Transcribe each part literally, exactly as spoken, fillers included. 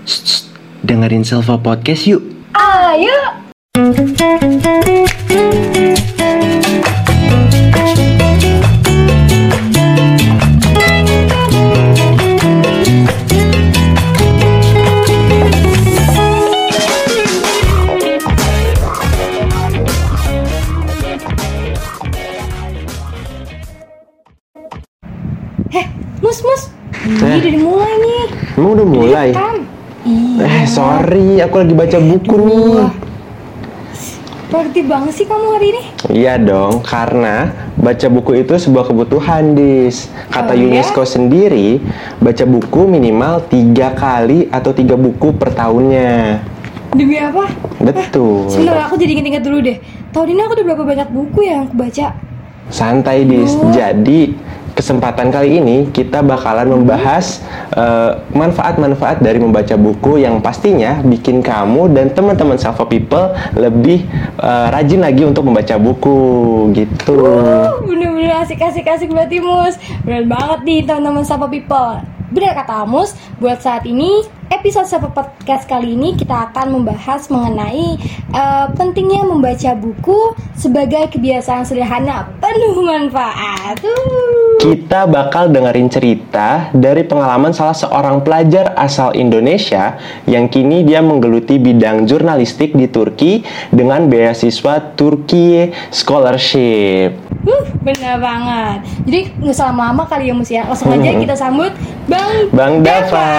Shh, dengerin Selva Podcast yuk. Ayo. Heh, mus mus. Ini udah dimulai nih. Emang udah mulai? Iya. Eh sorry, aku lagi baca buku Aduh. nih. Produktif banget sih kamu hari ini. Iya dong, karena baca buku itu sebuah kebutuhan, Dis. Kata Oh, iya? UNESCO sendiri, baca buku minimal tiga kali atau tiga buku per tahunnya. Demi apa? Betul. Sebenarnya aku jadi inget-inget dulu deh. Tahun ini aku udah berapa banyak buku yang aku baca. Santai, Dis. Aduh. Jadi kesempatan kali ini kita bakalan membahas uh, manfaat-manfaat dari membaca buku yang pastinya bikin kamu dan teman-teman Selva People lebih uh, rajin lagi untuk membaca buku gitu. Uh, bener-bener asik-asik-asik berarti Mus. Bener banget nih teman-teman Selva People. Bener kata Mus, buat saat ini episode Selva Podcast kali ini kita akan membahas mengenai uh, pentingnya membaca buku sebagai kebiasaan sederhana penuh manfaat. Uh. Kita bakal dengerin cerita dari pengalaman salah seorang pelajar asal Indonesia yang kini dia menggeluti bidang jurnalistik di Turki dengan beasiswa Turki Scholarship. Uh, bener banget. Jadi nggak usah lama-lama kali ya Mus ya. Langsung aja kita sambut Bang Bang Dava.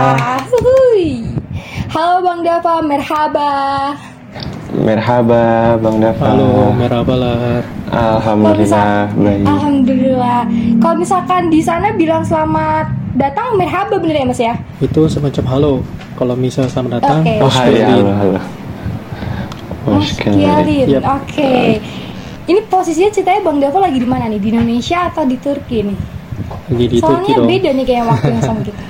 Uhuy. Halo Bang Dava, merhaba. Merhaba Bang Dava. Halo, merhaba lah. Alhamdulillah baik. Alhamdulillah. Kalau misalkan di sana bilang selamat datang, merhaba bener ya Mas ya? Itu semacam halo. Kalau misal selamat datang, Oke. Oh hai, Muskelin. halo halo. Muskelin. Yap. Oke. Ini posisinya ceritanya Bang Dava lagi di mana nih? Di Indonesia atau di Turki nih? Lagi di Turki Soalnya dong. beda nih kayak waktunya sama kita.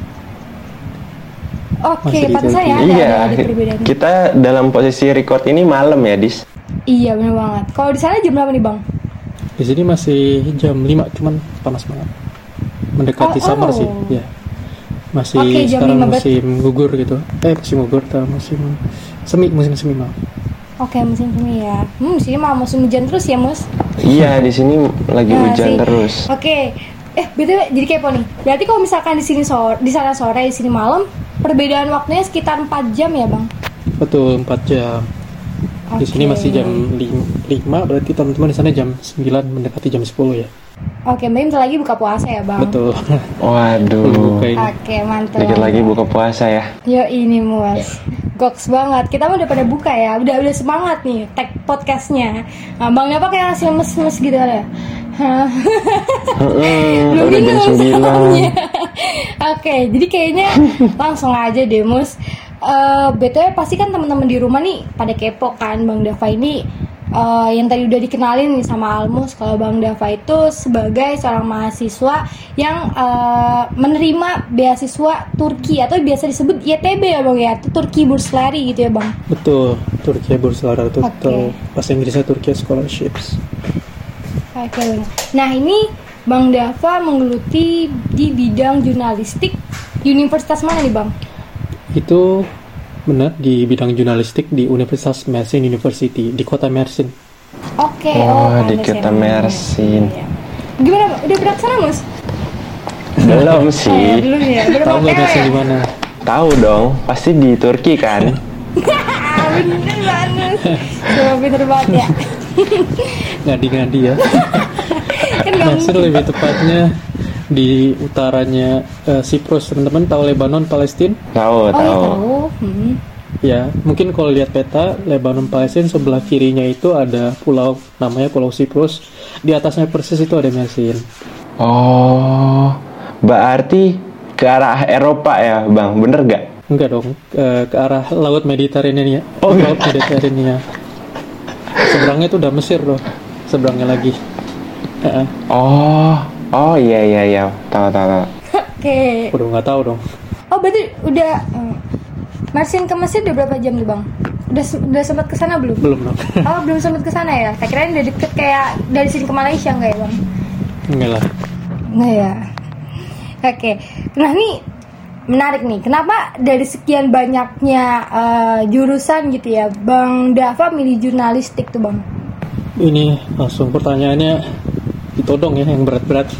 Oke, Masih di pantesan Turki. ya ada, Iya, ada perbedaan. kita dalam posisi record ini malam ya, Dis. Iya bener banget. Kalau di sana jam berapa nih Bang? Di sini masih jam lima, cuman panas banget. Mendekati Oh, summer oh. sih, ya. Masih Oke, jam sekarang lima bet- musim gugur gitu. Eh, musim gugur atau musim semi, musim semi maaf. Oke, musim semi ya. Hmm, sini mah musim hujan terus ya, Mus. Iya, di sini lagi Ya, hujan sih. terus. Oke. Eh, betul jadi kepo nih. Berarti kalau misalkan di sini sore, di sana sore, di sini malam, perbedaan waktunya sekitar empat jam ya, Bang? Betul, empat jam. Di sini Oke. masih jam lima, berarti teman-teman di sana jam sembilan mendekati jam sepuluh ya. Oke, Mbak bentar lagi buka puasa ya, Bang? Betul. Waduh. Buka ini. Oke, mantap. Dikit lagi buka puasa ya. Yo ini Mus. Goks banget. Kita mah udah pada buka ya. Udah udah semangat nih tag podcastnya. Nah, Bang Dava kayak ngasih mes-mes gitu ya. Hah. Heeh, Belum udah jam minum sembilan. soalnya. Oke, jadi kayaknya langsung aja deh Mus. Eh, B T W pasti kan teman-teman di rumah nih pada kepo kan Bang Dava ini eh, yang tadi udah dikenalin nih sama Almus kalau Bang Dava itu sebagai seorang mahasiswa yang eh, menerima beasiswa Turki atau biasa disebut Y T B ya Bang ya, itu Turki Burs Lari gitu ya Bang. Betul, Turki Bursalar itu Oke. atau bahasa Inggrisnya Turki Scholarships. Oke benar. Nah ini Bang Dava menggeluti di bidang jurnalistik Universitas mana nih Bang? Itu benar di bidang jurnalistik di Universitas Mersin University di kota Mersin. Oke, Oh, oh, di pantes kita ya, Bang. Mersin. Iya. Gimana Bang? Udah pernah kesana Mus? Belum Oh, ya, sih. belum ya. Belum Tahu nggak pakai Mersin ya? di mana? Tahu dong, pasti di Turki kan. Bener banget. Coba pinter banget ya. Ngadi-ngadi ya. Kan nggak Mersin mungkin. lebih tepatnya di utaranya eh, Siprus. Teman-teman tahu Lebanon, Palestina? Tahu, Oh ya tahu. tahu. Hmm. Ya, mungkin kalau lihat peta Lebanon, Palestina sebelah kirinya itu ada pulau namanya Pulau Siprus. Di atasnya persis itu ada Mersin. Oh, berarti ke arah Eropa ya, Bang? Bener gak? Enggak dong, eh, ke arah Laut Mediterania ya. Oh, Laut Mediterania. Seberangnya itu udah Mesir loh. Seberangnya lagi. Heeh. Oh, oh iya iya iya, tahu tahu. tahu. Oke. Udah nggak tahu dong. Oh berarti udah hmm. Mersin ke Mesir udah berapa jam nih Bang? Udah se- udah sempat ke sana belum? Belum dong. Oh belum sempat ke sana ya? Saya kirain udah deket kayak dari sini ke Malaysia enggak ya Bang? Enggak lah. Enggak ya. Oke. Nah nih menarik nih. Kenapa dari sekian banyaknya uh, jurusan gitu ya, Bang Dava milih jurnalistik tuh Bang? Ini langsung pertanyaannya ditodong ya, yang berat-berat.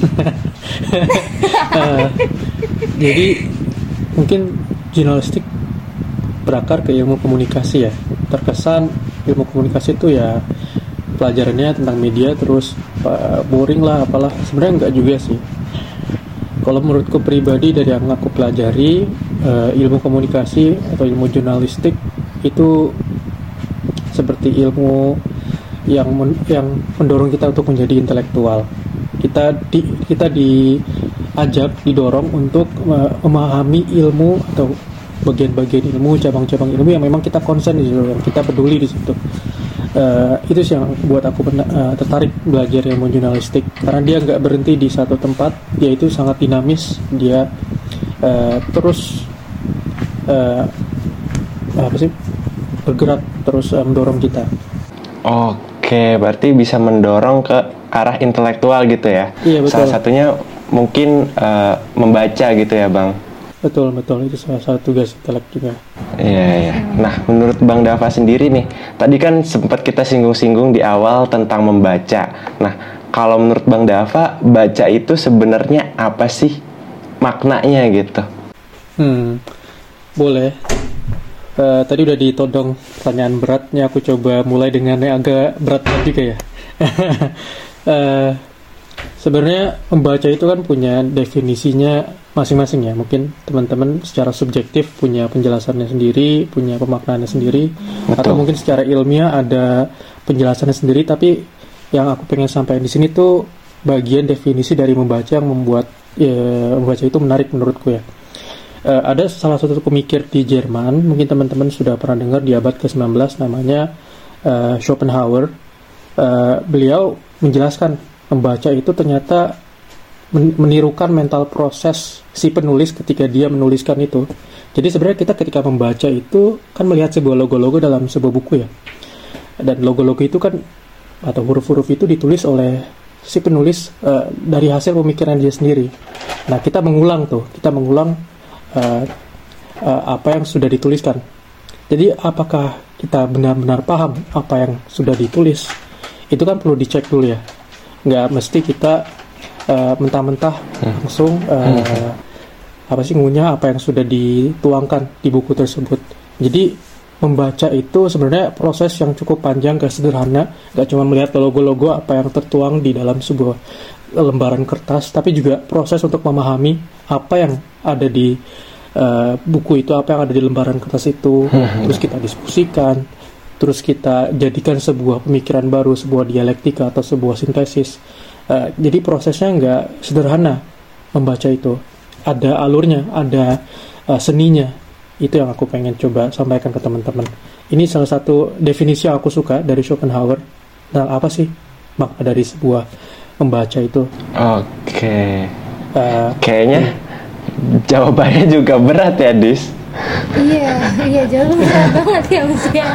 uh, jadi mungkin jurnalistik berakar ke ilmu komunikasi ya. Terkesan ilmu komunikasi itu ya pelajarannya tentang media terus uh, boring lah apalah. Sebenarnya enggak juga sih. Kalau menurutku pribadi dari yang aku pelajari, uh, ilmu komunikasi atau ilmu jurnalistik itu seperti ilmu yang men, yang mendorong kita untuk menjadi intelektual. Kita di kita diajak, didorong untuk uh, memahami ilmu atau bagian-bagian ilmu, cabang-cabang ilmu yang memang kita konsen di situ, yang kita peduli di situ. Uh, itu sih yang buat aku pernah, uh, tertarik belajar ilmu jurnalistik, karena dia nggak berhenti di satu tempat, dia itu sangat dinamis, dia uh, terus uh, apa sih bergerak terus uh, mendorong kita. Oke, berarti bisa mendorong ke arah intelektual gitu ya. Iya, betul. Salah satunya mungkin uh, membaca gitu ya Bang. Betul, betul. Itu salah satu tugas intelek juga. Iya, iya. Nah, menurut Bang Dava sendiri nih, tadi kan sempat kita singgung-singgung di awal tentang membaca. Nah, kalau menurut Bang Dava, baca itu sebenarnya apa sih maknanya gitu? Hmm, boleh. Uh, tadi udah ditodong pertanyaan beratnya, aku coba mulai dengan yang agak berat juga ya. uh, sebenarnya membaca itu kan punya definisinya masing-masing ya. Mungkin teman-teman secara subjektif punya penjelasannya sendiri, punya pemaknaannya sendiri. Betul. Atau mungkin secara ilmiah ada penjelasannya sendiri. Tapi yang aku pengen sampaikan di sini tuh bagian definisi dari membaca yang membuat ya, membaca itu menarik menurutku ya. Uh, ada salah satu pemikir di Jerman, mungkin teman-teman sudah pernah dengar di abad ke sembilan belas, namanya uh, Schopenhauer. Uh, beliau menjelaskan membaca itu ternyata men- menirukan mental proses si penulis ketika dia menuliskan itu. Jadi sebenarnya kita ketika membaca itu kan melihat sebuah logo-logo dalam sebuah buku ya. Dan logo-logo itu kan atau huruf-huruf itu ditulis oleh si penulis uh, dari hasil pemikiran dia sendiri. Nah, kita mengulang tuh, kita mengulang uh, uh, apa yang sudah dituliskan. Jadi apakah kita benar-benar paham apa yang sudah ditulis? Itu kan perlu dicek dulu ya. Nggak mesti kita uh, mentah-mentah langsung uh, apa sih ngunyah apa yang sudah dituangkan di buku tersebut. Jadi membaca itu sebenarnya proses yang cukup panjang, gak sederhana. Gak cuma melihat logo-logo apa yang tertuang di dalam sebuah lembaran kertas, tapi juga proses untuk memahami apa yang ada di uh, buku itu, apa yang ada di lembaran kertas itu. Terus kita diskusikan, terus kita jadikan sebuah pemikiran baru, sebuah dialektika atau sebuah sintesis. Uh, jadi prosesnya nggak sederhana membaca itu. Ada alurnya, ada uh, seninya. Itu yang aku pengen coba sampaikan ke teman-teman. Ini salah satu definisi yang aku suka dari Schopenhauer. Nah, apa sih makna dari sebuah membaca itu? Oke. Uh, Kayaknya jawabannya juga berat ya, Dis. Iya, iya jauh berat banget ya Mas ya.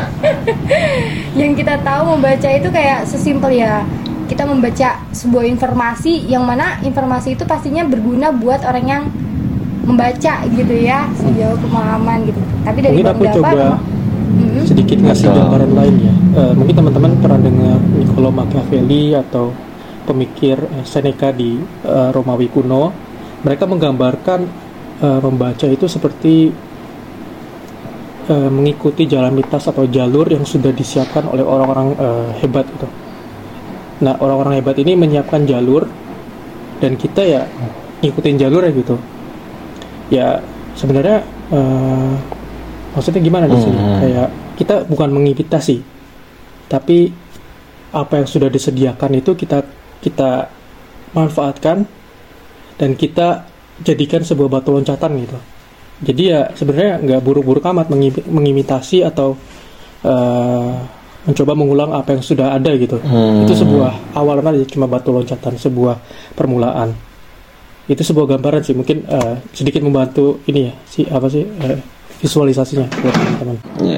Yang kita tahu membaca itu kayak sesimpel ya, kita membaca sebuah informasi yang mana informasi itu pastinya berguna buat orang yang membaca gitu ya, sejauh pemahaman gitu. Tapi dari mungkin Bang aku Dava, coba mm-hmm. sedikit ngasih gambaran lain ya. Uh, mungkin teman-teman pernah dengar Niccolo Machiavelli atau pemikir uh, Seneca di uh, Romawi kuno. Mereka menggambarkan uh, membaca itu seperti uh, mengikuti jalan lintas atau jalur yang sudah disiapkan oleh orang-orang uh, hebat gitu. Nah, orang-orang hebat ini menyiapkan jalur dan kita ya ngikutin jalur ya gitu. Ya sebenarnya uh, maksudnya gimana di sini? Hmm. Kayak kita bukan mengimitasi, tapi apa yang sudah disediakan itu kita kita manfaatkan dan kita jadikan sebuah batu loncatan gitu. Jadi ya sebenarnya nggak buruk-buruk amat mengimitasi atau uh, mencoba mengulang apa yang sudah ada gitu. Hmm. Itu sebuah awalan aja, cuma batu loncatan, sebuah permulaan. Itu sebuah gambaran sih, mungkin uh, sedikit membantu ini ya, si apa sih uh, visualisasinya buat teman-teman.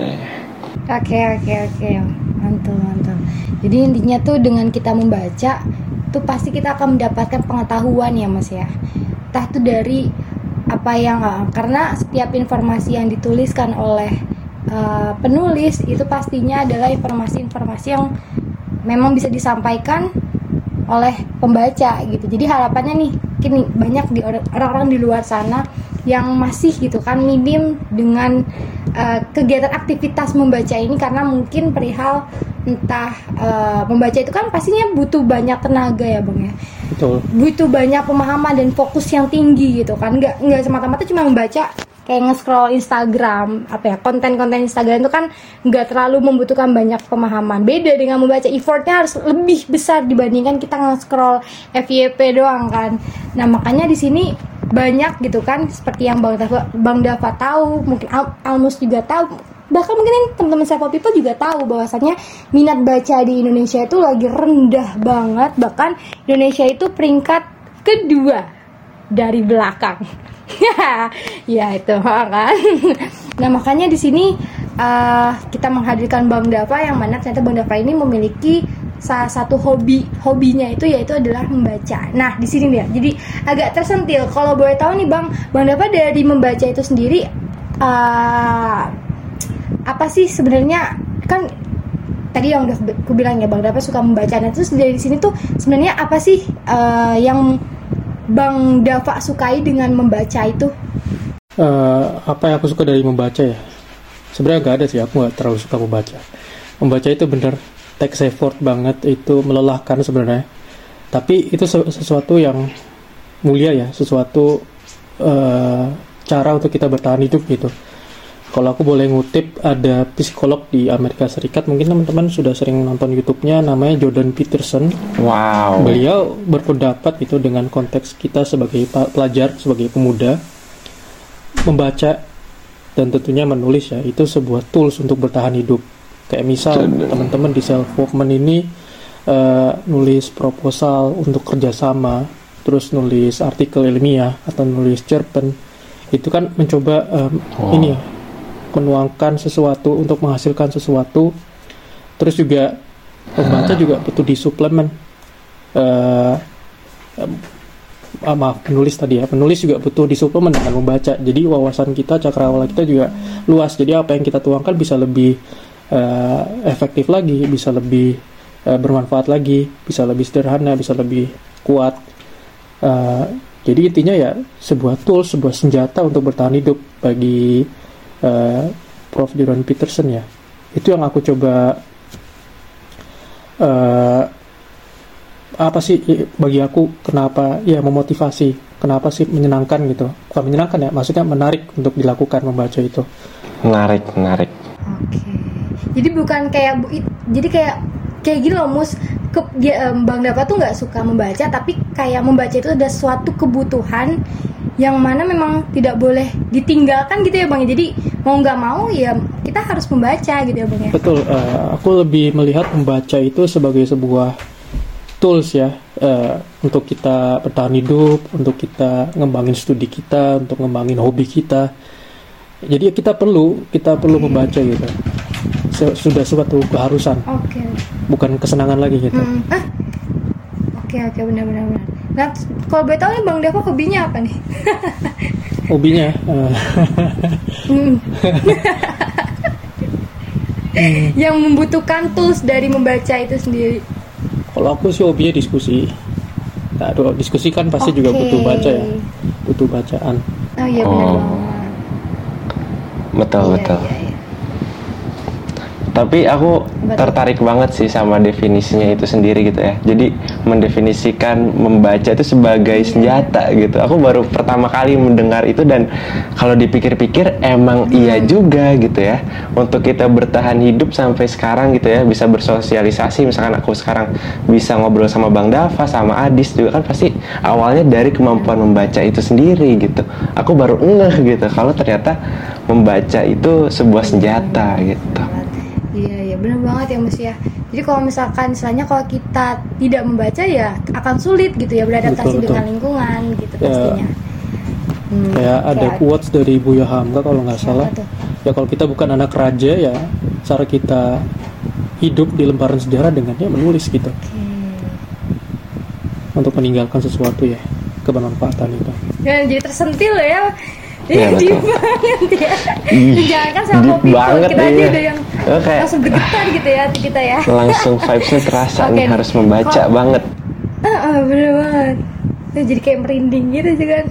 Oke oke oke, mantul mantul. Jadi intinya tuh dengan kita membaca, tuh pasti kita akan mendapatkan pengetahuan ya Mas ya. Entah tuh dari apa apa yang uh, karena setiap informasi yang dituliskan oleh uh, penulis itu pastinya adalah informasi-informasi yang memang bisa disampaikan oleh pembaca gitu. Jadi harapannya nih, kini banyak di orang-orang di luar sana yang masih gitu kan minim dengan uh, kegiatan aktivitas membaca ini karena mungkin perihal entah uh, membaca itu kan pastinya butuh banyak tenaga ya Bang ya. Betul. Butuh banyak pemahaman dan fokus yang tinggi gitu kan. Nggak nggak semata-mata cuma membaca kayak nge-scroll Instagram, apa ya, konten-konten Instagram itu kan nggak terlalu membutuhkan banyak pemahaman. Beda dengan membaca, effortnya harus lebih besar dibandingkan kita nge-scroll F Y P doang kan. Nah makanya di sini banyak gitu kan, seperti yang Bang Dava, Bang Dava tahu, mungkin Al- Almus juga tahu, bahkan mungkin teman-teman Self People juga tahu bahwasannya minat baca di Indonesia itu lagi rendah banget, bahkan Indonesia itu peringkat kedua dari belakang. Ya itu kan. Nah makanya di sini uh, kita menghadirkan Bang Dava yang mana ternyata Bang Dava ini memiliki salah satu hobi hobinya itu yaitu adalah membaca. Nah di sini dia jadi agak tersentil. Kalau boleh tahu nih Bang, Bang Dava dari membaca itu sendiri uh, apa sih sebenarnya, kan tadi yang udah aku bilang ya Bang Dava suka membaca. Nah terus dari sini tuh sebenarnya apa sih uh, yang Bang Dava sukai dengan membaca itu? Uh, apa yang aku suka dari membaca ya? Sebenarnya nggak ada sih, aku nggak terlalu suka membaca. Membaca itu bener takes effort banget, itu melelahkan sebenarnya. Tapi itu sesuatu yang mulia ya, sesuatu uh, cara untuk kita bertahan hidup gitu. Kalau aku boleh ngutip, ada psikolog di Amerika Serikat, mungkin teman-teman sudah sering nonton YouTube-nya, namanya Jordan Peterson. Wow. Beliau berpendapat itu dengan konteks kita sebagai pelajar, sebagai pemuda, membaca dan tentunya menulis ya, itu sebuah tools untuk bertahan hidup. Kayak misal teman-teman di self movement ini uh, nulis proposal untuk kerjasama, terus nulis artikel ilmiah atau nulis cerpen, itu kan mencoba um, oh. ini ya, menuangkan sesuatu untuk menghasilkan sesuatu. Terus juga pembaca juga butuh disuplemen. Uh, uh, maaf, penulis tadi ya. Penulis juga butuh disuplemen dengan membaca. Jadi wawasan kita, cakrawala kita juga luas. Jadi apa yang kita tuangkan bisa lebih uh, efektif lagi, bisa lebih uh, bermanfaat lagi, bisa lebih sederhana, bisa lebih kuat. Uh, jadi intinya ya sebuah tools, sebuah senjata untuk bertahan hidup bagi Uh, Prof Jordan Peterson ya. Itu yang aku coba uh, apa sih bagi aku, kenapa ya memotivasi, kenapa sih menyenangkan gitu. Bukan menyenangkan ya, maksudnya menarik untuk dilakukan membaca itu. Menarik, menarik. Oke. Jadi bukan kayak jadi kayak kayak gini loh Mus, ke, dia, um, Bang Dava tuh nggak suka membaca, tapi kayak membaca itu ada suatu kebutuhan yang mana memang tidak boleh ditinggalkan gitu ya Bang. Jadi mau nggak mau ya kita harus membaca gitu ya Bang ya. Betul. Uh, aku lebih melihat membaca itu sebagai sebuah tools ya, uh, untuk kita bertahan hidup, untuk kita ngembangin studi kita, untuk ngembangin hobi kita. Jadi kita perlu kita perlu okay. membaca gitu. Sudah suatu keharusan. Oke. Okay. Bukan kesenangan lagi gitu. Hmm. Ah. Oke okay, oke okay, benar-benar. Nah, kalau boleh tahu nih Bang Dava hobinya apa nih? Hobinya? Uh... hmm. Yang membutuhkan tools dari membaca itu sendiri. Kalau aku sih hobinya diskusi. Nah, diskusi kan pasti okay. juga butuh baca ya, butuh bacaan. Oh iya benar oh. banget. Betul iya, betul. Iya, iya. Tapi aku tertarik banget sih sama definisinya itu sendiri gitu ya. Jadi mendefinisikan membaca itu sebagai senjata gitu. Aku baru pertama kali mendengar itu, dan kalau dipikir-pikir emang hmm. iya juga gitu ya. Untuk kita bertahan hidup sampai sekarang gitu ya, bisa bersosialisasi. Misalkan aku sekarang bisa ngobrol sama Bang Dava, sama Adis juga kan pasti awalnya dari kemampuan membaca itu sendiri gitu. Aku baru ngeh gitu kalau ternyata membaca itu sebuah senjata gitu. Iya, iya benar banget ya Mas ya. Jadi kalau misalkan misalnya kalau kita tidak membaca ya akan sulit gitu ya beradaptasi betul, betul. dengan lingkungan gitu ya, pastinya. Hmm, kayak ada kayak quotes dari Buya Hamka kalau nggak salah. Tuh? Ya kalau kita bukan anak raja ya cara kita hidup di lembaran sejarah dengannya menulis gitu. Okay. Untuk meninggalkan sesuatu ya. kebermanfaatan itu. Dan jadi tersentil ya. Iya, Deep betul. banget ya. Ih, Jangan kan sama deep people, banget, kita aja iya. udah yang Oh, kayak- langsung bergetar gitu ya hati kita ya. Langsung vibes-nya terasa Oke. nih, harus membaca Kok- banget. Ah, ah, bener banget. Tuh, jadi kayak merinding gitu juga kan.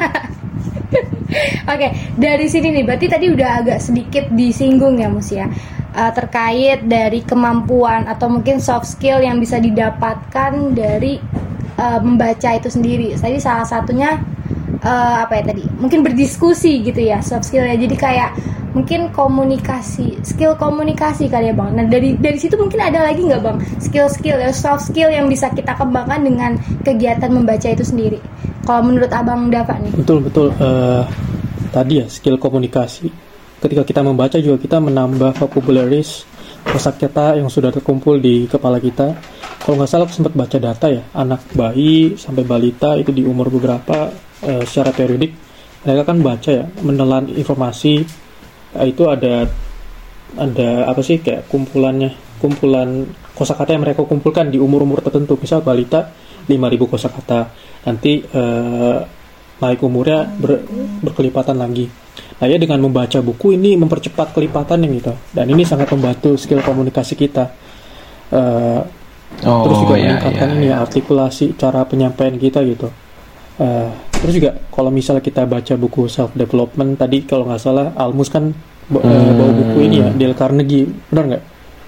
Oke, dari sini nih berarti tadi udah agak sedikit disinggung ya Mus ya, uh, terkait dari kemampuan atau mungkin soft skill yang bisa didapatkan dari uh, membaca itu sendiri. Tadi salah satunya uh, apa ya tadi? Mungkin berdiskusi gitu ya soft skill ya. Jadi kayak mungkin komunikasi, skill komunikasi kali ya Bang. Nah dari dari situ mungkin ada lagi nggak Bang skill-skill ya soft skill yang bisa kita kembangkan dengan kegiatan membaca itu sendiri? Kalau menurut Abang Dava nih? Betul betul. Uh, tadi ya skill komunikasi. Ketika kita membaca juga kita menambah vocabularies, kosakata yang sudah terkumpul di kepala kita. Kalau nggak salah aku sempat baca data ya, anak bayi sampai balita itu di umur beberapa uh, secara periodik mereka kan baca ya, menelan informasi. Nah, itu ada ada apa sih kayak kumpulannya, kumpulan kosakata yang mereka kumpulkan di umur-umur tertentu. Misal balita lima ribu kosakata, nanti eh, naik umurnya ber, berkelipatan lagi. Nah ya dengan membaca buku ini mempercepat kelipatannya gitu, dan ini sangat membantu skill komunikasi kita. Eh, Oh, terus juga iya, meningkatkan iya, ini iya. artikulasi cara penyampaian kita gitu. Eh, terus juga kalau misalnya kita baca buku self development tadi kalau nggak salah Almus kan b- eh, bawa buku ini ya Dale Carnegie, benar nggak?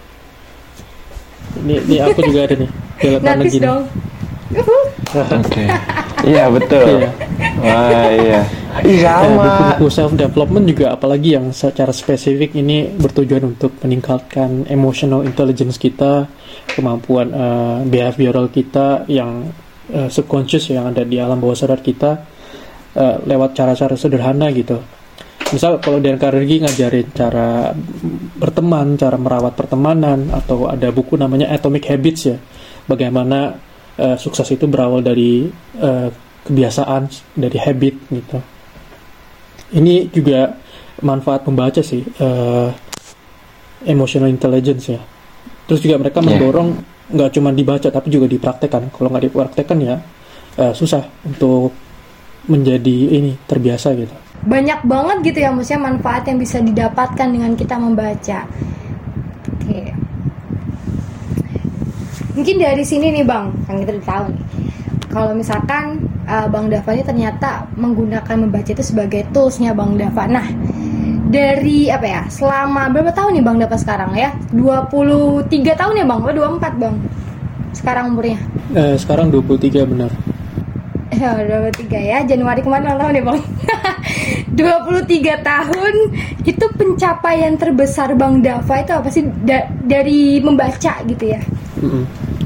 Ini, ini aku juga ada nih Dale Notice Carnegie. nih. dong. Oke. Iya, betul. Iya. Wah, iya. Ih, Eh, sama. buku-buku self development juga apalagi yang secara spesifik ini bertujuan untuk meningkatkan emotional intelligence kita, kemampuan eh, behavioral kita yang eh, subconscious yang ada di alam bawah sadar kita eh, lewat cara-cara sederhana gitu. Misal kalau Dale Carnegie ngajarin cara berteman, cara merawat pertemanan, atau ada buku namanya Atomic Habits ya, bagaimana eh, sukses itu berawal dari eh, kebiasaan, dari habit gitu. Ini juga manfaat membaca sih, eh, emotional intelligence ya. Terus juga mereka Yeah. mendorong nggak cuma dibaca tapi juga dipraktekkan. Kalau nggak dipraktekkan ya eh, susah untuk menjadi ini terbiasa gitu. Banyak banget gitu ya maksudnya manfaat yang bisa didapatkan dengan kita membaca. Oke. Mungkin dari sini nih Bang, yang kita udah tahu nih. Kalau misalkan uh, Bang Dava ini ternyata menggunakan membaca itu sebagai toolsnya Bang Dava. Nah, dari apa ya? Selama berapa tahun nih Bang Dava sekarang ya? dua puluh tiga tahun ya Bang? Oh, dua puluh empat Bang. Sekarang umurnya. Eh, sekarang dua puluh tiga benar. Ya, dua puluh tiga ya. Januari kemarin ulang tahun ya Bang. dua puluh tiga tahun itu pencapaian terbesar Bang Dava itu apa sih da- dari membaca gitu ya? Mm-mm.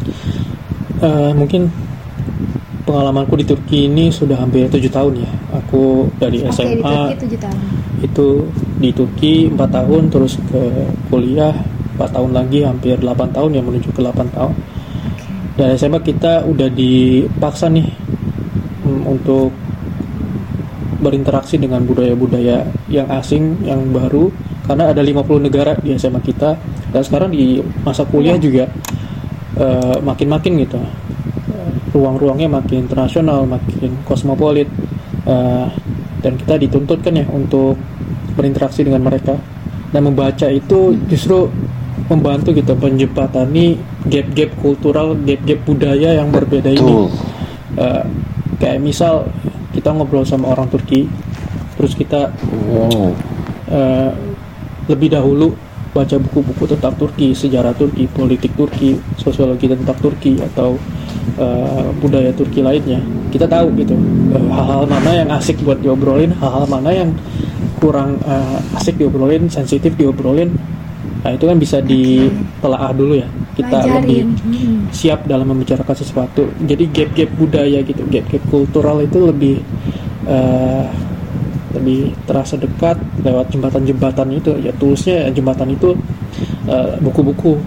Eh, mungkin pengalamanku di Turki ini sudah hampir tujuh tahun ya. Aku dari Oke, S M di A Turki tujuh tahun. itu di Turki empat tahun, terus ke kuliah empat tahun lagi, hampir delapan tahun ya, menuju ke delapan tahun. Dari S M A kita udah dipaksa nih mm, untuk berinteraksi dengan budaya-budaya yang asing, yang baru, karena ada lima puluh negara di S M A kita, dan sekarang di masa kuliah juga eh, makin-makin gitu. Eh, ruang-ruangnya makin internasional, makin kosmopolit, eh, dan kita dituntut kan ya untuk berinteraksi dengan mereka, dan membaca itu justru membantu gitu menjembatani gap-gap kultural, gap-gap budaya yang berbeda ini. Betul. Eh, kayak misal kita ngobrol sama orang Turki, terus kita Wow. eh, lebih dahulu baca buku-buku tentang Turki, sejarah Turki, politik Turki, sosiologi tentang Turki, atau eh, budaya Turki lainnya. Kita tahu gitu eh, hal-hal mana yang asik buat diobrolin, hal-hal mana yang kurang eh, asik diobrolin, sensitif diobrolin. Nah itu kan bisa ditelaah dulu ya. Kita Pelajarin. lebih Hmm. siap dalam membicarakan sesuatu. Jadi gap-gap budaya gitu, gap-gap kultural itu lebih eh, lebih terasa dekat lewat jembatan-jembatan itu. Ya toolsnya jembatan itu eh, buku-buku.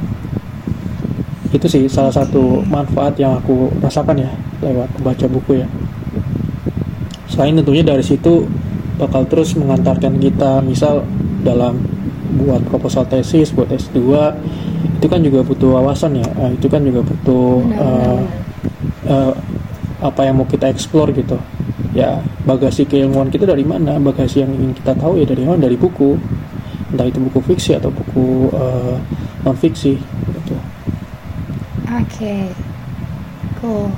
Itu sih salah satu manfaat yang aku rasakan ya lewat baca buku ya. Selain tentunya dari situ bakal terus mengantarkan kita misal dalam buat proposal tesis, buat S dua, itu kan juga butuh wawasan ya. Eh, itu kan juga butuh Benar-benar. eh, eh, apa yang mau kita explore gitu. Ya bagasi keilmuan kita dari mana, bagasi yang ingin kita tahu ya dari mana, dari buku, entah itu buku fiksi atau buku uh, non fiksi gitu. Oke, okay. Cool.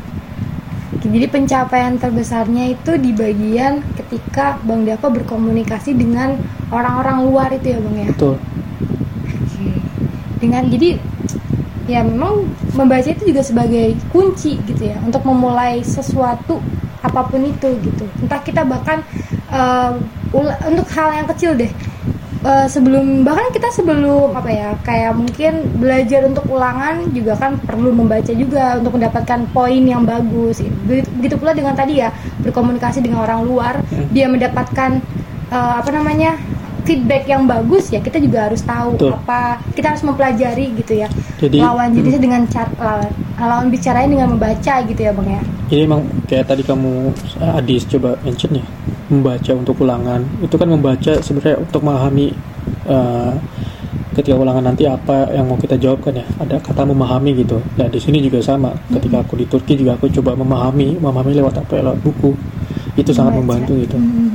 Jadi pencapaian terbesarnya itu di bagian ketika Bang Dava berkomunikasi dengan orang-orang luar itu ya Bang ya? Betul. Oke. Dengan jadi ya memang membaca itu juga sebagai kunci gitu ya untuk memulai sesuatu apapun itu gitu. Entah kita bahkan uh, ula, untuk hal yang kecil deh. Uh, sebelum bahkan kita sebelum apa ya kayak mungkin belajar untuk ulangan juga kan perlu membaca juga untuk mendapatkan poin yang bagus. Begitu, begitu pula dengan tadi ya berkomunikasi dengan orang luar, hmm. dia mendapatkan uh, apa namanya feedback yang bagus ya kita juga harus tahu Tuh. apa kita harus mempelajari gitu ya. Jadi, lawan jenisnya hmm. dengan cara lawan, lawan bicaranya dengan membaca gitu ya Bang ya. Jadi emang kayak tadi kamu Adis coba mention ya, membaca untuk ulangan itu kan membaca sebenarnya untuk memahami uh, ketika ulangan nanti apa yang mau kita jawabkan ya, ada kata memahami gitu. Nah di sini juga sama, ketika aku di Turki juga aku coba memahami memahami lewat apa, lewat buku itu sangat membaca. Membantu gitu.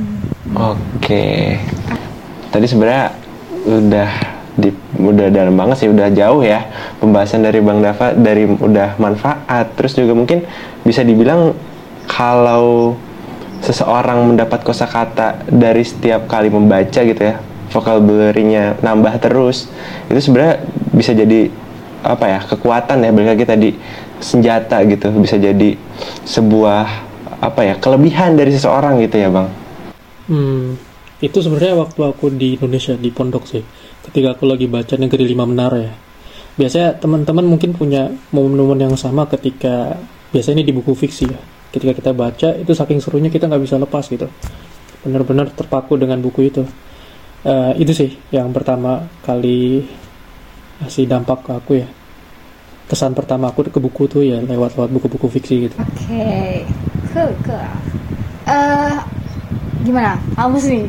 Oke, tadi sebenarnya udah di, udah dalam banget sih, udah jauh ya pembahasan dari Bang Dava, dari udah manfaat, terus juga mungkin bisa dibilang kalau seseorang mendapat kosakata dari setiap kali membaca gitu ya, vocabulary-nya nambah terus, itu sebenarnya bisa jadi apa ya, kekuatan ya, balik lagi tadi senjata gitu, bisa jadi sebuah apa ya, kelebihan dari seseorang gitu ya Bang. Hmm, itu sebenarnya waktu aku di Indonesia di pondok sih, ketika aku lagi baca Negeri Lima Menara ya. Biasanya teman-teman mungkin punya momen-momen yang sama ketika biasanya ini di buku fiksi ya. Ketika kita baca itu saking serunya kita nggak bisa lepas gitu, benar-benar terpaku dengan buku itu. Uh, itu sih yang pertama kali kasih dampak ke aku ya. Kesan pertama aku ke buku tuh ya lewat-lewat buku-buku fiksi gitu. Oke, okay. cool, cool. Uh, gimana? Kamu sih?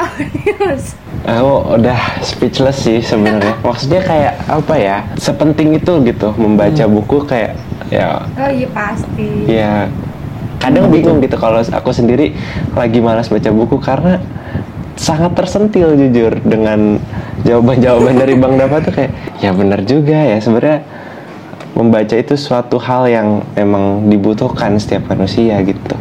Aku udah speechless sih sebenarnya. Maksudnya kayak apa ya? Sepenting itu gitu membaca hmm. buku kayak ya. Oh iya pasti. Ya. Kadang bingung gitu kalau aku sendiri lagi malas baca buku karena sangat tersentil jujur dengan jawaban-jawaban dari Bang Dava tuh kayak ya benar juga ya, sebenarnya membaca itu suatu hal yang memang dibutuhkan setiap manusia gitu.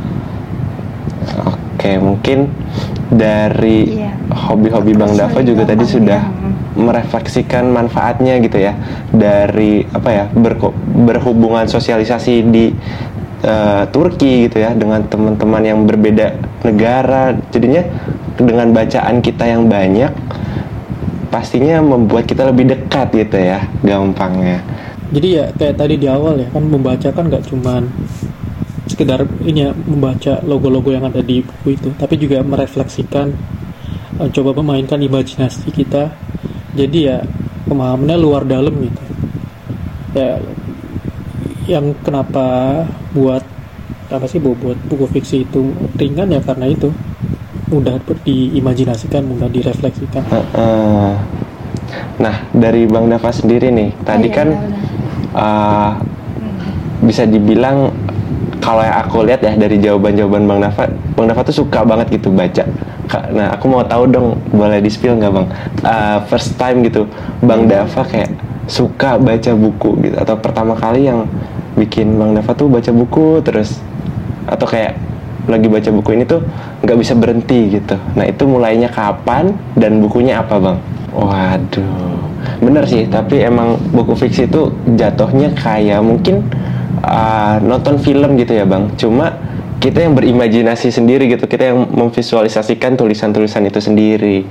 Oke, mungkin dari yeah. hobi-hobi Bang Dava juga tadi sudah ya. merefleksikan manfaatnya gitu ya dari apa ya ber- berhubungan sosialisasi di Uh, Turki gitu ya dengan teman-teman yang berbeda negara, jadinya dengan bacaan kita yang banyak pastinya membuat kita lebih dekat gitu ya gampangnya. Jadi ya kayak tadi di awal ya kan, membaca kan nggak cuman sekedar ini ya membaca logo-logo yang ada di buku itu, tapi juga merefleksikan, uh, coba memainkan imajinasi kita, jadi ya pemahamannya luar dalam gitu ya. Yang kenapa buat apa sih buat buku fiksi itu ringan ya karena itu mudah diimajinasikan, mudah direfleksikan. Uh, uh. Nah dari Bang Dava sendiri nih, tadi oh, iya, kan uh, bisa dibilang kalau yang aku lihat ya dari jawaban-jawaban Bang Dava, Bang Dava tuh suka banget gitu baca. Nah aku mau tahu dong, boleh di-spill nggak Bang? Uh, first time gitu Bang Dava kayak suka baca buku gitu, atau pertama kali yang bikin Bang Dava tuh baca buku terus, atau kayak lagi baca buku ini tuh nggak bisa berhenti gitu. Nah itu mulainya kapan dan bukunya apa Bang? Waduh, bener sih, tapi emang buku fiksi itu jatuhnya kayak mungkin uh, nonton film gitu ya Bang, cuma kita yang berimajinasi sendiri gitu, kita yang memvisualisasikan tulisan-tulisan itu sendiri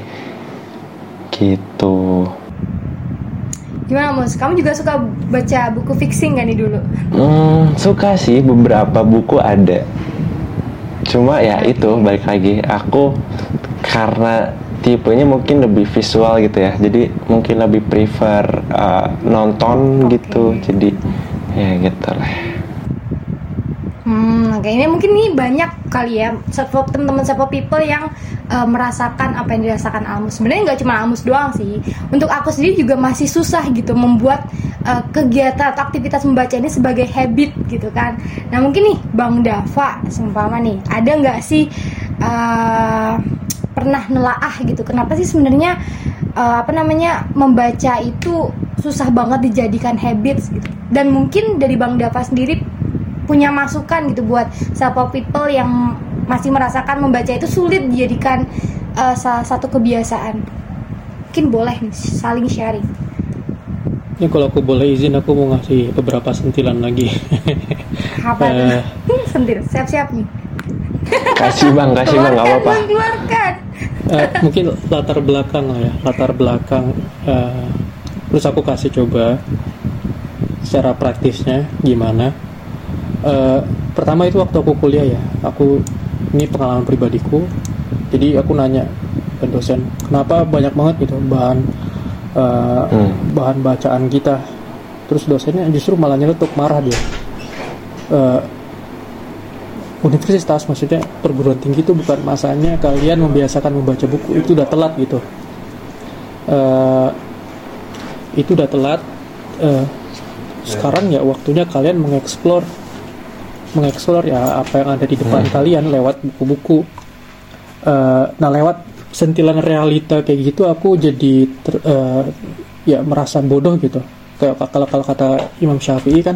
gitu. Gimana Mus? Kamu juga suka baca buku fiksi nggak nih dulu? Hmm, suka sih, beberapa buku ada. Cuma ya itu, balik lagi, aku karena tipenya mungkin lebih visual gitu ya, jadi mungkin lebih prefer uh, nonton okay. gitu, jadi ya gitu lah. Hmm, oke, ini mungkin nih banyak kali ya Sapo- teman-teman Sapo People yang uh, merasakan apa yang dirasakan Almus. Sebenarnya nggak cuma Almus doang sih. Untuk aku sendiri juga masih susah gitu membuat uh, kegiatan atau aktivitas membaca ini sebagai habit gitu kan. Nah mungkin nih Bang Dava, seumpama nih, ada nggak sih uh, pernah nelaah gitu? Kenapa sih sebenarnya uh, apa namanya membaca itu susah banget dijadikan habits gitu? Dan mungkin dari Bang Dava sendiri punya masukan gitu buat Sapo People yang masih merasakan membaca itu sulit dijadikan uh, salah satu kebiasaan. Mungkin boleh nih saling sharing. Ini kalau aku boleh izin, aku mau ngasih beberapa sentilan lagi. Apa tuh? Sentil, siap-siap nih. Kasih bang, kasih bang, nggak apa-apa. Bang, keluarkan. Uh, mungkin latar belakang lah ya, latar belakang. Uh, terus aku kasih coba secara praktisnya gimana. Uh, pertama itu waktu aku kuliah ya, aku ini pengalaman pribadiku. Jadi aku nanya ke dosen, kenapa banyak banget gitu bahan uh, hmm. bahan bacaan kita. Terus dosennya justru malah nyeletuk, marah dia. Uh, universitas, maksudnya perguruan tinggi itu bukan masanya kalian membiasakan membaca buku, itu udah telat gitu. Uh, itu udah telat. Uh, sekarang ya waktunya kalian mengeksplor mengeksplor ya apa yang ada di depan hmm. kalian lewat buku-buku. Uh, nah lewat sentilan realita kayak gitu aku jadi ter, uh, ya merasa bodoh gitu. Kayak kalau kalau kata Imam Syafi'i kan,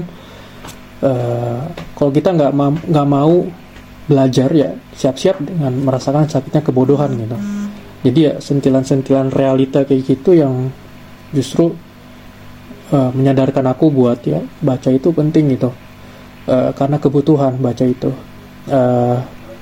uh, kalau kita nggak ma- nggak mau belajar ya siap-siap dengan merasakan sakitnya kebodohan gitu. Jadi ya sentilan-sentilan realita kayak gitu yang justru uh, menyadarkan aku buat ya baca itu penting gitu. Uh, karena kebutuhan baca itu. Uh,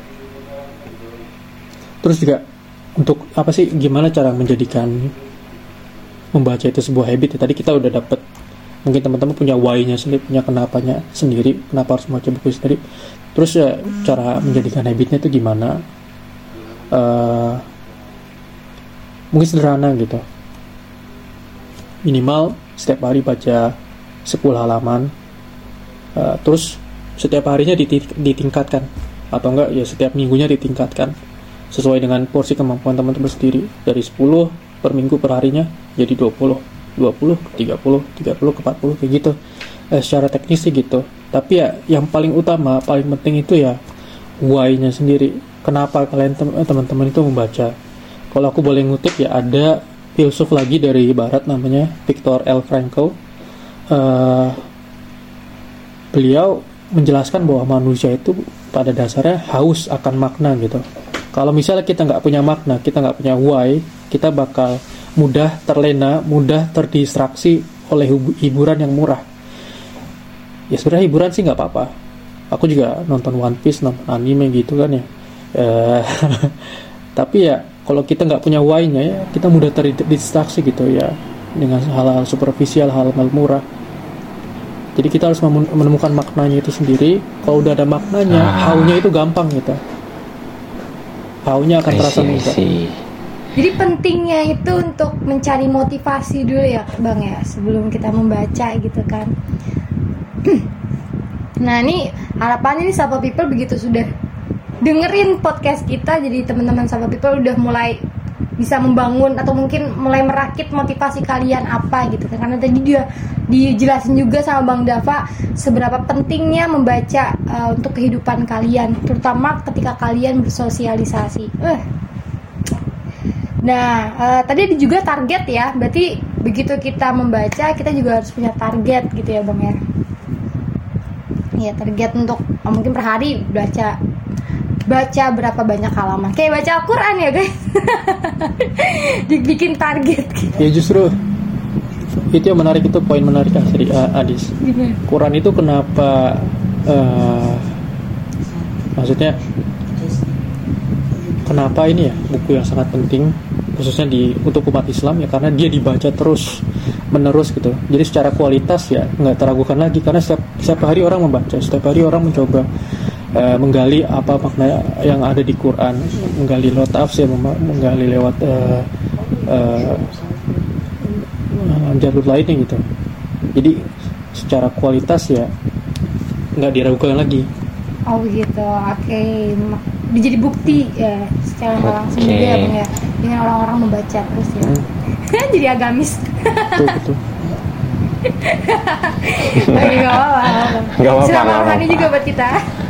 terus juga untuk apa sih, gimana cara menjadikan membaca itu sebuah habit ya? Tadi kita udah dapet, mungkin teman-teman punya why-nya sendiri, punya kenapanya sendiri, kenapa harus membaca buku sendiri. Terus ya cara menjadikan habitnya itu gimana? Uh, mungkin sederhana gitu. Minimal setiap hari baca sepuluh halaman. Uh, terus setiap harinya diting- ditingkatkan atau enggak ya setiap minggunya ditingkatkan sesuai dengan porsi kemampuan teman-teman sendiri, dari sepuluh per minggu per harinya jadi dua puluh, dua puluh ke tiga puluh, tiga puluh ke empat puluh kayak gitu. Eh, secara teknis sih gitu. Tapi ya yang paling utama, paling penting itu ya why-nya sendiri. Kenapa kalian tem- teman-teman itu membaca? Kalau aku boleh ngutip ya, ada filsuf lagi dari barat namanya Viktor L. Frankl. Uh, Beliau menjelaskan bahwa manusia itu pada dasarnya haus akan makna gitu. Kalau misalnya kita nggak punya makna, kita nggak punya why, kita bakal mudah terlena, mudah terdistraksi oleh hiburan yang murah. Ya sebenarnya hiburan sih nggak apa-apa. Aku juga nonton One Piece, nonton anime gitu kan ya. Eh, tapi ya kalau kita nggak punya why-nya ya, kita mudah terdistraksi gitu ya dengan hal-hal superficial, hal-hal murah. Jadi kita harus menemukan maknanya itu sendiri. Kalau udah ada maknanya, ah. how-nya itu gampang gitu. How-nya akan terasa mudah. Jadi pentingnya itu untuk mencari motivasi dulu ya Bang ya, sebelum kita membaca gitu kan. Nah ini harapannya nih Sapo People begitu sudah dengerin podcast kita, jadi teman-teman Sapo People udah mulai bisa membangun atau mungkin mulai merakit motivasi kalian apa gitu kan. Karena tadi dia dijelasin juga sama Bang Dava seberapa pentingnya membaca uh, untuk kehidupan kalian, terutama ketika kalian bersosialisasi. Uh. Nah, uh, tadi ada juga target ya. Berarti begitu kita membaca, kita juga harus punya target gitu ya Bang ya. Ya, target untuk uh, mungkin per hari baca baca berapa banyak halaman, kayak baca Al-Quran ya guys. Dibikin target gitu. Ya justru itu yang menarik, itu poin menarik dari uh, Adis. Gimana? Quran itu kenapa uh, maksudnya kenapa ini ya buku yang sangat penting khususnya di untuk umat Islam ya, karena dia dibaca terus menerus gitu. Jadi secara kualitas ya nggak teragukan lagi, karena setiap setiap hari orang membaca, setiap hari orang mencoba Uh, menggali apa makna yang ada di Quran, menggali lewat tafsir, menggali lewat uh, uh, jalur lainnya gitu. Jadi secara kualitas ya nggak diragukan lagi. Oh begitu, oke. Ma- Jadi bukti ya secara nggak langsung Oke. juga ya Bang ya, dengan orang-orang membaca terus ya. Hmm. Jadi agamis. Betul betul. Lagi nggak apa-apa. Nggak apa-apa, Selamat nggak rohani apa-apa. juga buat kita.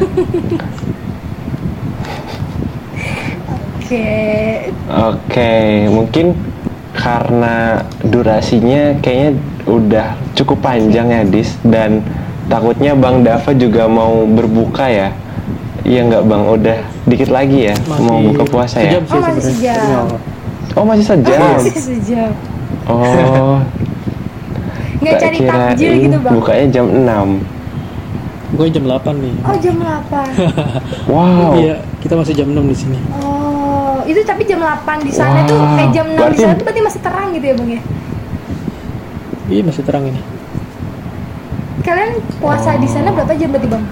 Oke. Oke, mungkin karena durasinya kayaknya udah cukup panjang ya Dis, dan takutnya Bang Dava juga mau berbuka ya. Iya nggak Bang, udah dikit lagi ya mau buka puasa ya. sejam sih Oh, masih sebenarnya. sejam. Tapi nggak apa-apa. Oh masih sejam. Masih sejam. Oh, Nggak tak cari takjil kirain gitu Bang. bukanya jam enam. Gue jam delapan nih. Oh jam delapan. Wow. Iya, kita masih jam enam di sini. Oh, itu tapi jam delapan di sana Wow, tuh kayak jam enam di berarti- sana tuh berarti masih terang gitu ya Bang ya. Iya, masih terang ini. Kalian puasa di sana berapa jam berarti Bang?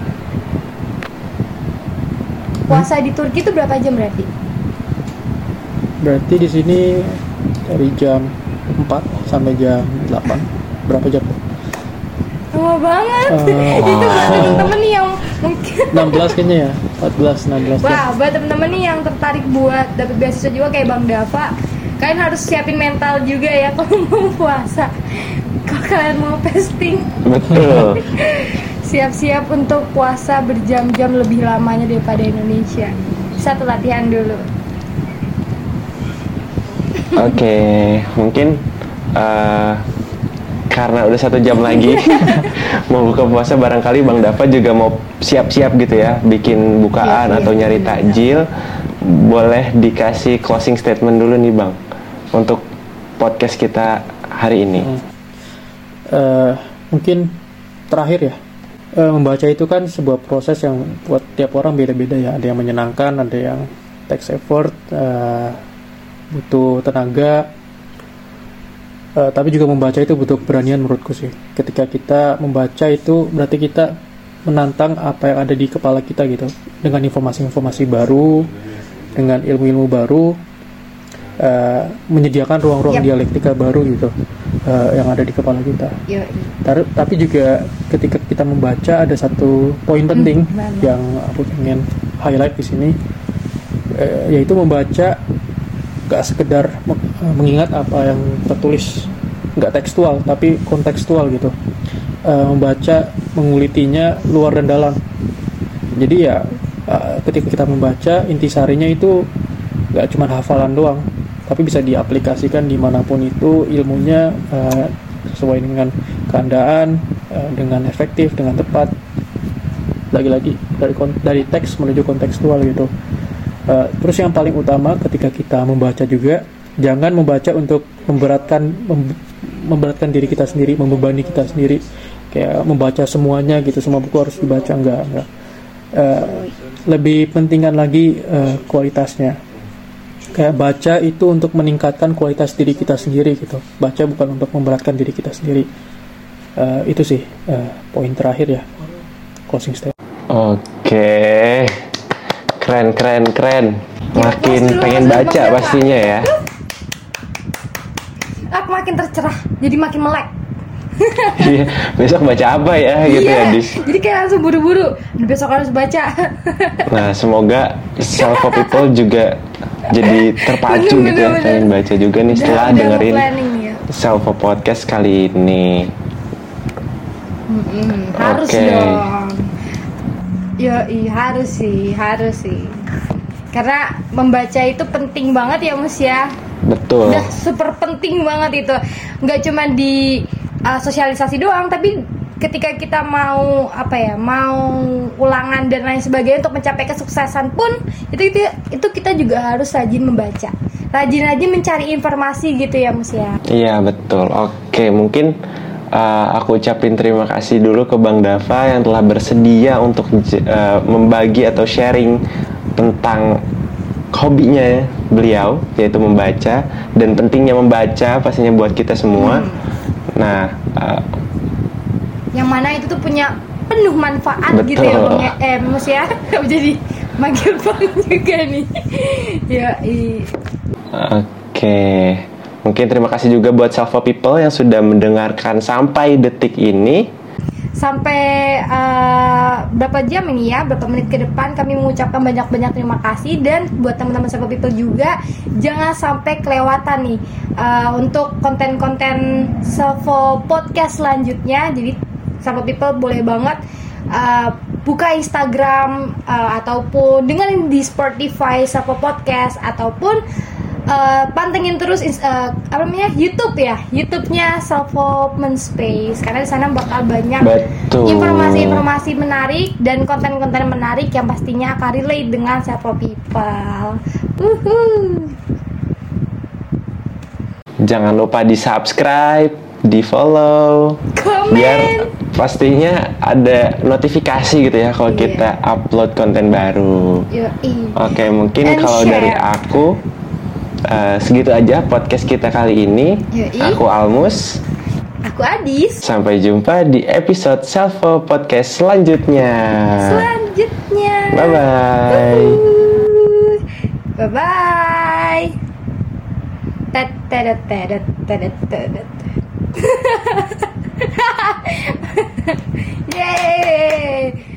Puasa di Turki itu berapa jam berarti? Berarti di sini dari jam empat sampai jam delapan. Berapa jam? Lama banget. Eh, Itu buat temen-temen nih yang mungkin enam belas kayaknya ya. empat belas, enam belas jam. wah, buat temen-temen nih yang tertarik buat dapat beasiswa juga kayak Bang Dava, kalian harus siapin mental juga ya kalau mau puasa. Kalau kalian mau fasting, Betul. siap-siap untuk puasa berjam-jam lebih lamanya daripada Indonesia. Satu latihan dulu. Oke, mungkin eh, karena udah satu jam lagi mau buka puasa, barangkali Bang Dava juga mau siap-siap gitu ya, bikin bukaan Iya, iya. atau nyari takjil. Boleh dikasih closing statement dulu nih Bang untuk podcast kita hari ini. Hmm. Eh, mungkin terakhir ya, eh, membaca itu kan sebuah proses yang buat tiap orang beda-beda ya. Ada yang menyenangkan, ada yang takes effort, eh, butuh tenaga. Eh, tapi juga membaca itu butuh keberanian menurutku sih. Ketika kita membaca itu berarti kita menantang apa yang ada di kepala kita gitu, dengan informasi-informasi baru, dengan ilmu-ilmu baru, eh, menyediakan ruang-ruang Yap. dialektika baru gitu, eh, yang ada di kepala kita. Yuk. Tar- tapi juga ketika kita membaca ada satu poin penting gimana? yang aku ingin highlight di sini, eh, yaitu membaca gak sekedar me- mengingat apa yang tertulis, nggak tekstual tapi kontekstual gitu. Eh, membaca mengulitinya luar dan dalam. Jadi ya eh, ketika kita membaca, intisarinya itu nggak cuma hafalan doang, tapi bisa diaplikasikan dimanapun itu ilmunya, eh, sesuai dengan keadaan, eh, dengan efektif, dengan tepat. Lagi-lagi dari kon- dari teks menuju kontekstual gitu. Eh, terus yang paling utama ketika kita membaca juga, jangan membaca untuk memberatkan mem- memberatkan diri kita sendiri, membebani kita sendiri, kayak membaca semuanya gitu, semua buku harus dibaca, enggak enggak. Eh, lebih pentingkan lagi eh, kualitasnya. Kayak baca itu untuk meningkatkan kualitas diri kita sendiri gitu. Baca bukan untuk memberatkan diri kita sendiri. Eh, itu sih eh, poin terakhir ya, closing statement. Oke, keren keren keren. Ya, Makin pos dulu, pengen Mas baca Dava. pastinya ya. Aku makin tercerah, jadi makin melek. Iya, besok baca apa ya gitu ya Dis. Jadi kayak langsung buru-buru. Besok harus baca. Nah, semoga Salvo People juga jadi terpacu Bener, gitu ya, bener, bener. pengen baca juga nih setelah Udah- udah dengerin planning nih ya. Salvo Podcast kali ini. Mm-mm, harus Oke. dong. Yo, harus sih, harus sih. Karena membaca itu penting banget ya Mus ya. Betul. Udah super penting banget itu. Nggak cuma di uh, sosialisasi doang, tapi ketika kita mau apa ya, mau ulangan dan lain sebagainya untuk mencapai kesuksesan pun itu itu, itu kita juga harus rajin membaca, rajin-rajin mencari informasi gitu ya Mus ya. Iya, betul. Oke, mungkin uh, aku ucapin terima kasih dulu ke Bang Dava yang telah bersedia untuk j- uh, membagi atau sharing tentang hobinya beliau, yaitu membaca, dan pentingnya membaca pastinya buat kita semua. Nah, uh, Yang mana itu tuh punya penuh manfaat Betul. gitu ya Bang ya. Eh Mus ya. Jadi manggil Bang juga nih. Ya, i. Oke, mungkin terima kasih juga buat Salvo People yang sudah mendengarkan sampai detik ini. sampai uh, berapa jam ini ya, berapa menit ke depan kami mengucapkan banyak-banyak terima kasih. Dan buat teman-teman Salvo People juga, jangan sampai kelewatan nih uh, untuk konten-konten Salvo Podcast selanjutnya. Jadi Salvo People boleh banget uh, buka Instagram uh, ataupun dengerin di Spotify Salvo Podcast, ataupun Uh, pantengin terus uh, apa namanya YouTube ya, YouTube-nya Salvo Space, karena di sana bakal banyak Betul. informasi-informasi menarik dan konten-konten menarik yang pastinya akan relate dengan Salvo People. Uhuh. Jangan lupa di subscribe, di follow, Komen. biar pastinya ada notifikasi gitu ya kalau Iya. kita upload konten baru. Yoi. Oke, mungkin And kalau share. dari aku uh, segitu aja podcast kita kali ini. Yoi. Aku Almus. Aku Adis. Sampai jumpa di episode Salvo Podcast selanjutnya. Selanjutnya. Bye bye. Bye bye. Tet tet tet tet tet. Yeay.